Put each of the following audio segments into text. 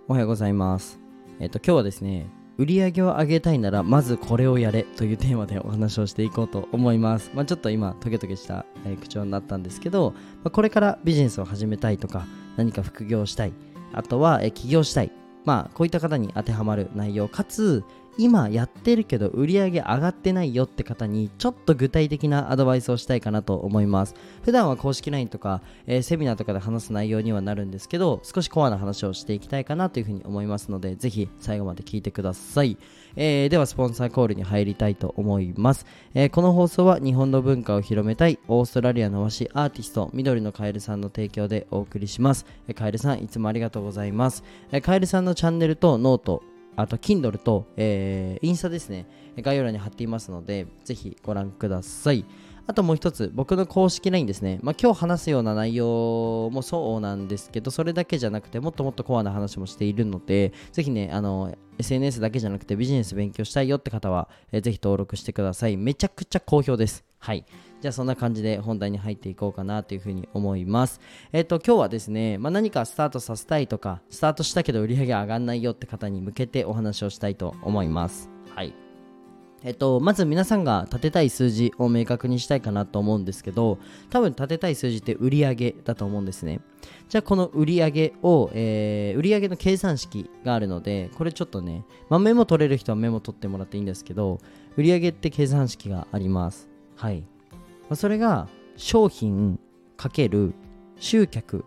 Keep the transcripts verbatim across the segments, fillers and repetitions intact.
おはようございます。えっと今日はですね、売り上げを上げたいならまずこれをやれというテーマでお話をしていこうと思います。まあ、ちょっと今トゲトゲした、えー口調になったんですけど、まあ、これからビジネスを始めたいとか、何か副業したい、あとは、えー起業したい、まあこういった方に当てはまる内容かつ、今やってるけど売り上げ上がってないよって方にちょっと具体的なアドバイスをしたいかなと思います。普段は公式 ライン とか、えーセミナーとかで話す内容にはなるんですけど、少しコアな話をしていきたいかなというふうに思いますので、ぜひ最後まで聞いてください。えーではスポンサーコールに入りたいと思います。えーこの放送は日本の文化を広めたいオーストラリアの和紙アーティスト緑のカエルさんの提供でお送りします。えーカエルさんいつもありがとうございます。えーカエルさんのチャンネルとノート、あと Kindle と、えーインスタですね、概要欄に貼っていますので、ぜひご覧ください。あともう一つ、僕の公式 ライン ですね。まあ、今日話すような内容もそうなんですけど、それだけじゃなくて、もっともっとコアな話もしているので、ぜひね、あの、エスエヌエス だけじゃなくてビジネス勉強したいよって方は、えーぜひ登録してください。めちゃくちゃ好評です。はい。じゃあそんな感じで本題に入っていこうかなというふうに思います。えっと、今日はですね、まあ、何かスタートさせたいとか、スタートしたけど売り上げ上がんないよって方に向けてお話をしたいと思います。はい。えっと、まず皆さんが立てたい数字を明確にしたいかなと思うんですけど、多分立てたい数字って売上だと思うんですね。じゃあこの売上を、えー、売上の計算式があるので、これちょっとね、まあ、メモ取れる人はメモ取ってもらっていいんですけど、売上って計算式があります。はい。まあ、それが商品×集客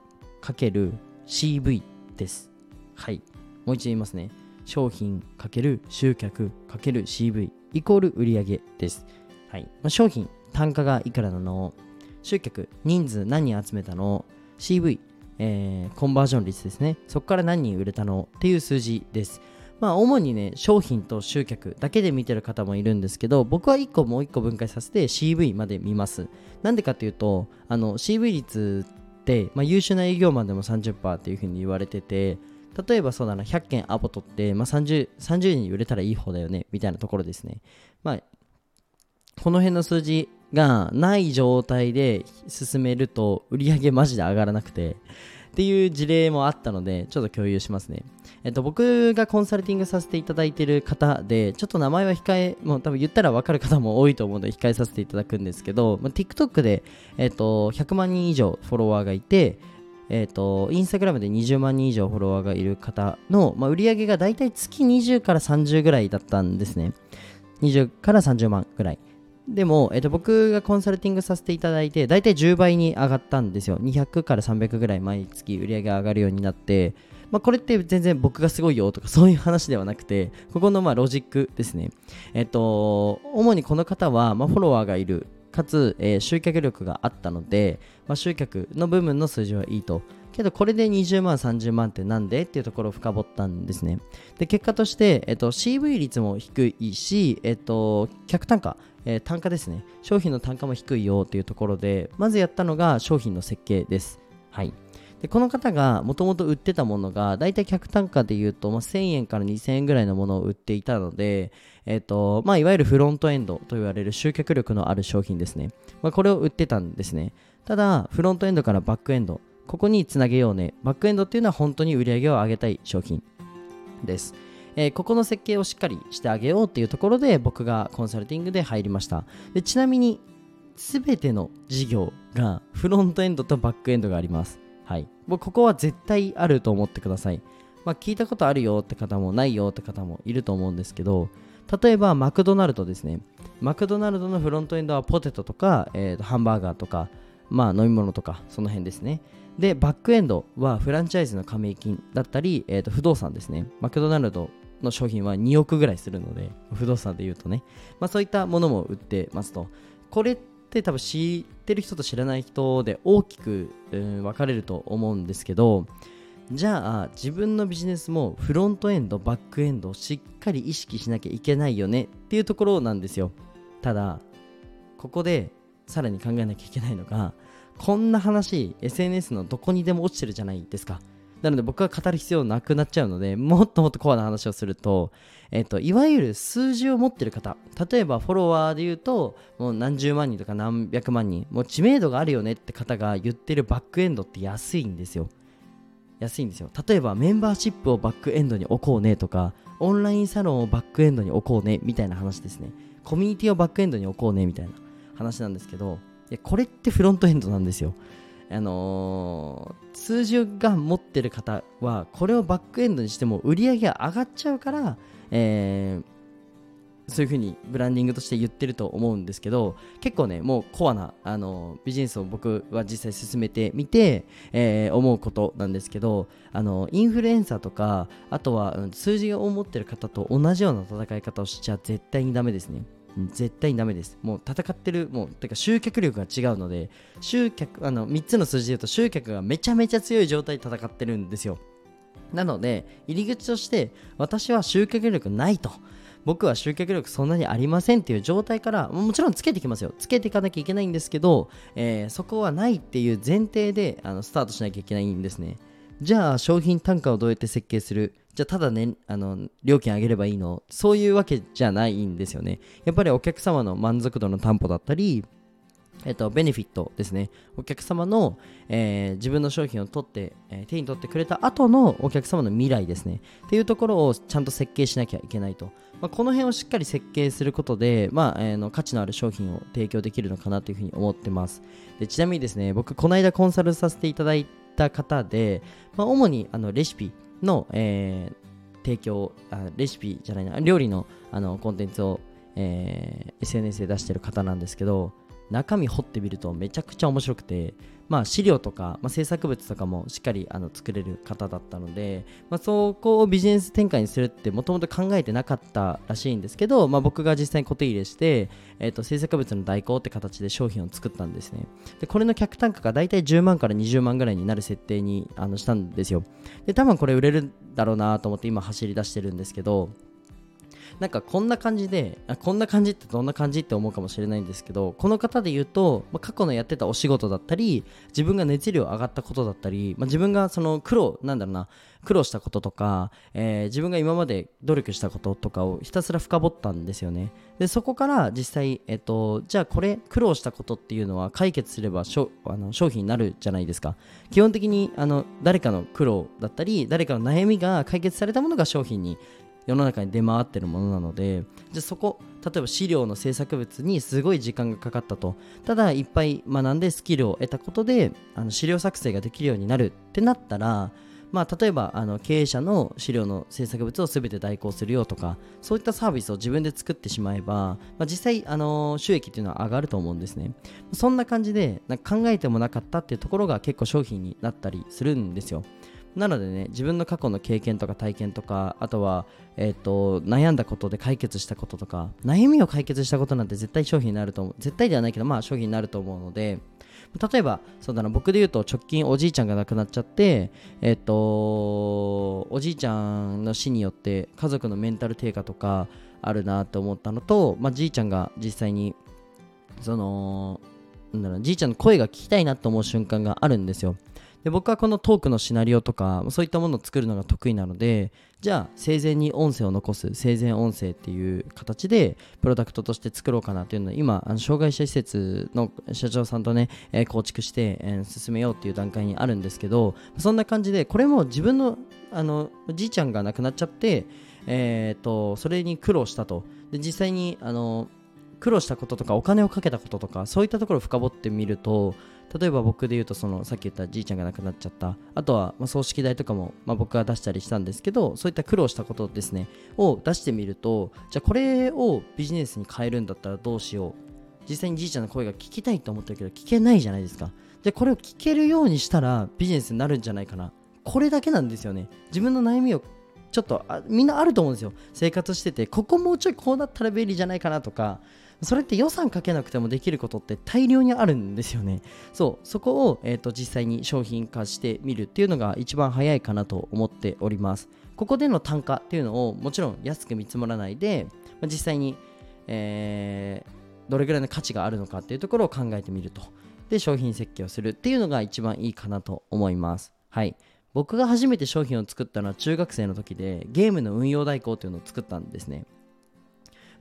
×シーブイ です。はい。もう一度言いますね。商品×集客×シーブイイコール売上です。はい。まあ、商品、単価がいくらなの、集客、人数何人集めたの、シーブイ、えー、コンバージョン率ですね。そこから何人売れたのっていう数字です。まあ、主にね、商品と集客だけで見てる方もいるんですけど、僕はいっこもういっこ分解させて シーブイ まで見ます。なんでかっていうと、あの シーブイ 率って、まあ、優秀な営業マンでも さんじゅっパーセント っていう風に言われてて、例えばそうだな、ひゃっけんアポ取って、まあ、30, 30人売れたらいい方だよねみたいなところですね。まあ、この辺の数字がない状態で進めると売り上げマジで上がらなくてっていう事例もあったので、ちょっと共有しますね。えっと、僕がコンサルティングさせていただいている方で、ちょっと名前は控え、もう多分言ったら分かる方も多いと思うので控えさせていただくんですけど、まあ、TikTok で、えっと、ひゃくまんにん以上フォロワーがいて、えっと、インスタグラムでにじゅうまんにん以上フォロワーがいる方の、まあ、売り上げがだいたい月にじゅうからさんじゅうぐらいだったんですね。にじゅうからさんじゅうまんぐらい。でも、えっと、僕がコンサルティングさせていただいて、だいたいじゅうばいに上がったんですよ。にひゃくからさんびゃくぐらい毎月売り上げが上がるようになって、まあ、これって全然僕がすごいよとかそういう話ではなくて、ここのまあロジックですね。えっと、主にこの方はまあフォロワーがいる。かつ、えー集客力があったので、まあ、集客の部分の数字はいいと。けどこれでにじゅうまん、さんじゅうまんってなんでっていうところを深掘ったんですね。で、結果として、えっと、シーブイ 率も低いし、えっと、客単価、えー単価ですね。商品の単価も低いよっていうところで、まずやったのが商品の設計です。はい。で、この方がもともと売ってたものが、だいたい客単価で言うと、まあ、せんえんからにせんえんぐらいのものを売っていたので、えっと、まあ、いわゆるフロントエンドと言われる集客力のある商品ですね。まあ、これを売ってたんですね。ただ、フロントエンドからバックエンド、ここにつなげようね。バックエンドっていうのは本当に売り上げを上げたい商品です。えーここの設計をしっかりしてあげようっていうところで、僕がコンサルティングで入りました。で、ちなみに、すべての事業がフロントエンドとバックエンドがあります。はい。もうここは絶対あると思ってください。まあ、聞いたことあるよって方もないよって方もいると思うんですけど、例えばマクドナルドですね。マクドナルドのフロントエンドはポテトとか、えーとハンバーガーとか、まあ飲み物とか、その辺ですね。で、バックエンドはフランチャイズの加盟金だったり、えーと不動産ですね。マクドナルドの商品はにおくぐらいするので、不動産で言うとね。まあそういったものも売ってますと。これって多分知ってる人と知らない人で大きく、うん、分かれると思うんですけど、じゃあ自分のビジネスもフロントエンドバックエンドをしっかり意識しなきゃいけないよねっていうところなんですよ。ただここでさらに考えなきゃいけないのが、こんな話 エスエヌエス のどこにでも落ちてるじゃないですか。なので僕は語る必要なくなっちゃうので、もっともっとコアな話をすると、えっと、いわゆる数字を持ってる方、例えばフォロワーで言うともう何十万人とか何百万人、もう知名度があるよねって方が言ってるバックエンドって安いんですよ。 安いんですよ。例えばメンバーシップをバックエンドに置こうねとか、オンラインサロンをバックエンドに置こうねみたいな話ですね。コミュニティをバックエンドに置こうねみたいな話なんですけど、いやこれってフロントエンドなんですよ。あのー、数字が持ってる方はこれをバックエンドにしても売り上げが上がっちゃうから、えーそういう風にブランディングとして言ってると思うんですけど、結構ねもうコアなあのビジネスを僕は実際進めてみて、えー、思うことなんですけど、あのインフルエンサーとかあとは、うん、数字を持ってる方と同じような戦い方をしちゃ絶対にダメですね。絶対にダメです。もう戦ってる、もうてか集客力が違うので、集客あのみっつの数字で言うと集客がめちゃめちゃ強い状態で戦ってるんですよ。なので入り口として私は集客力ないと、僕は集客力そんなにありませんっていう状態からもちろんつけてきますよ。つけていかなきゃいけないんですけど、えー、そこはないっていう前提であのスタートしなきゃいけないんですね。じゃあ商品単価をどうやって設計する、じゃあただねあの料金上げればいいの、そういうわけじゃないんですよね。やっぱりお客様の満足度の担保だったり、えっと、ベネフィットですね。お客様の、えー、自分の商品を取って、えー、手に取ってくれた後のお客様の未来ですね。っていうところをちゃんと設計しなきゃいけないと。まあ、この辺をしっかり設計することで、まあえー、の価値のある商品を提供できるのかなというふうに思ってます。でちなみにですね、僕この間コンサルさせていただいた方で、まあ、主にあのレシピの、えー、提供あ、レシピじゃないな、料理の、あのコンテンツを、えー、エスエヌエス で出している方なんですけど、中身掘ってみるとめちゃくちゃ面白くて、まあ、資料とか、まあ、制作物とかもしっかりあの作れる方だったので、まあ、そこをビジネス展開にするってもともと考えてなかったらしいんですけど、まあ、僕が実際に固定入れして、えー、と制作物の代行って形で商品を作ったんですね。でこれの客単価がだいたいじゅうまんからにじゅうまんぐらいになる設定にあのしたんですよ。で多分これ売れるだろうなと思って今走り出してるんですけど、なんかこんな感じで、あこんな感じってどんな感じって思うかもしれないんですけど、この方で言うと、まあ、過去のやってたお仕事だったり、自分が熱量上がったことだったり、まあ、自分がその苦労なんだろうな苦労したこととか、えー、自分が今まで努力したこととかをひたすら深掘ったんですよね。でそこから実際、えっと、じゃあこれ苦労したことっていうのは解決すればしょあの商品になるじゃないですか。基本的にあの誰かの苦労だったり誰かの悩みが解決されたものが商品に世の中に出回ってるものなので、じゃあそこ例えば資料の制作物にすごい時間がかかったと、ただいっぱい学んでスキルを得たことであの資料作成ができるようになるってなったら、まあ、例えばあの経営者の資料の制作物を全て代行するよとか、そういったサービスを自分で作ってしまえば、まあ、実際、あのー、収益っていうのは上がると思うんですね。そんな感じでなんか考えてもなかったっていうところが結構商品になったりするんですよ。なのでね、自分の過去の経験とか体験とか、あとは、えーと、悩んだことで解決したこととか、悩みを解決したことなんて絶対商品になると思う。絶対ではないけど、まあ商品になると思うので、例えば、そうだな、僕で言うと直近おじいちゃんが亡くなっちゃって、えっと、おじいちゃんの死によって家族のメンタル低下とかあるなと思ったのと、まあ、じいちゃんが実際に、その、なんだろう、じいちゃんの声が聞きたいなと思う瞬間があるんですよ。で僕はこのトークのシナリオとかそういったものを作るのが得意なので、じゃあ生前に音声を残す生前音声っていう形でプロダクトとして作ろうかなというのは今あの障害者施設の社長さんとね、えー、構築して、えー、進めようっていう段階にあるんですけど、そんな感じでこれも自分のあのじいちゃんが亡くなっちゃって、えー、とそれに苦労したと。で実際にあの苦労したこととかお金をかけたこととかそういったところを深掘ってみると、例えば僕で言うとそのさっき言ったじいちゃんが亡くなっちゃった、あとはまあ葬式代とかもまあ僕が出したりしたんですけど、そういった苦労したことですねを出してみると、じゃあこれをビジネスに変えるんだったらどうしよう、実際にじいちゃんの声が聞きたいと思ってるけど聞けないじゃないですか。じゃあこれを聞けるようにしたらビジネスになるんじゃないかな。これだけなんですよね。自分の悩みをちょっとあみんなあると思うんですよ。生活しててここもうちょいこうなったら便利じゃないかなとか、それって予算かけなくてもできることって大量にあるんですよね。そうそこを、えーと、実際に商品化してみるっていうのが一番早いかなと思っております。ここでの単価っていうのをもちろん安く見積もらないで、まあ、実際に、えー、どれぐらいの価値があるのかっていうところを考えてみると、で商品設計をするっていうのが一番いいかなと思います。はい、僕が初めて商品を作ったのは中学生の時で、ゲームの運用代行っていうのを作ったんですね。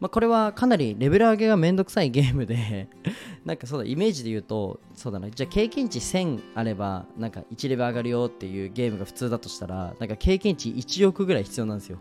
まあ、これはかなりレベル上げがめんどくさいゲームでなんかそうだイメージで言うとそうだなじゃあ経験値せんあればなんかいちレベル上がるよっていうゲームが普通だとしたらなんか経験値いちおくぐらい必要なんですよ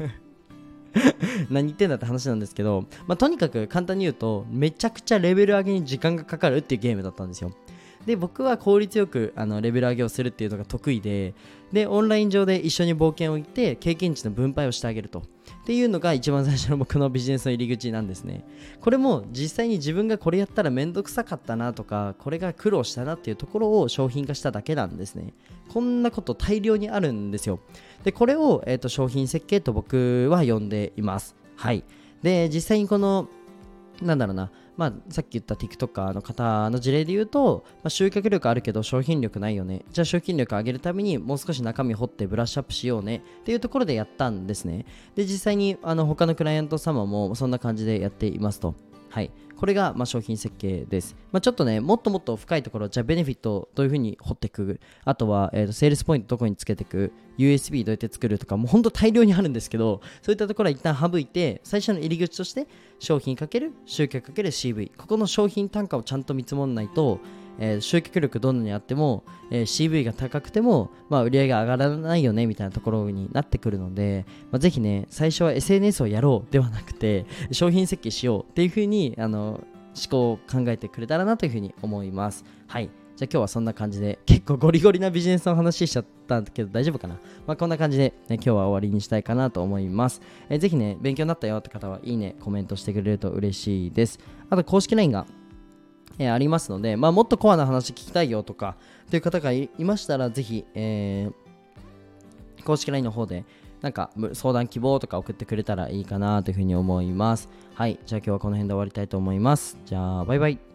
何言ってんだって話なんですけど、まあ、とにかく簡単に言うとめちゃくちゃレベル上げに時間がかかるっていうゲームだったんですよ。で僕は効率よくあのレベル上げをするっていうのが得意ででオンライン上で一緒に冒険を行って経験値の分配をしてあげるとっていうのが一番最初の僕のビジネスの入り口なんですね。これも実際に自分がこれやったらめんどくさかったなとかこれが苦労したなっていうところを商品化しただけなんですね。こんなこと大量にあるんですよ。でこれを、えーと、商品設計と僕は呼んでいます。はいで実際にこのなんだろうなまあ、さっき言った TikToker の方の事例で言うと、まあ、集客力あるけど商品力ないよねじゃあ商品力上げるためにもう少し中身掘ってブラッシュアップしようねっていうところでやったんですね。で実際にあの他のクライアント様もそんな感じでやっていますと。はいこれがまあ商品設計です。まあ、ちょっとねもっともっと深いところじゃあベネフィットどういう風に掘っていくあとは、えーとセールスポイントどこにつけていく ユーエスビー どうやって作るとかもうほんと大量にあるんですけどそういったところは一旦省いて最初の入り口として商品×集客×シーブイ ここの商品単価をちゃんと見積もらないと、えー、集客力どんなにあっても、えー、シーブイ が高くても、まあ、売り上げが上がらないよねみたいなところになってくるので、まあ、ぜひね最初は エスエヌエス をやろうではなくて商品設計しようっていう風にあの思考を考えてくれたらなという風に思います。はいじゃあ今日はそんな感じで結構ゴリゴリなビジネスの話しちゃったんだけど大丈夫かな、まあ、こんな感じで、ね、今日は終わりにしたいかなと思います。えー、ぜひね勉強になったよって方はいいねコメントしてくれると嬉しいです。あと公式 ライン が、えー、ありますので、まあ、もっとコアな話聞きたいよとかという方が い, いましたらぜひ、えー、公式 ライン の方でなんか相談希望とか送ってくれたらいいかなというふうに思います。はいじゃあ今日はこの辺で終わりたいと思います。じゃあバイバイ。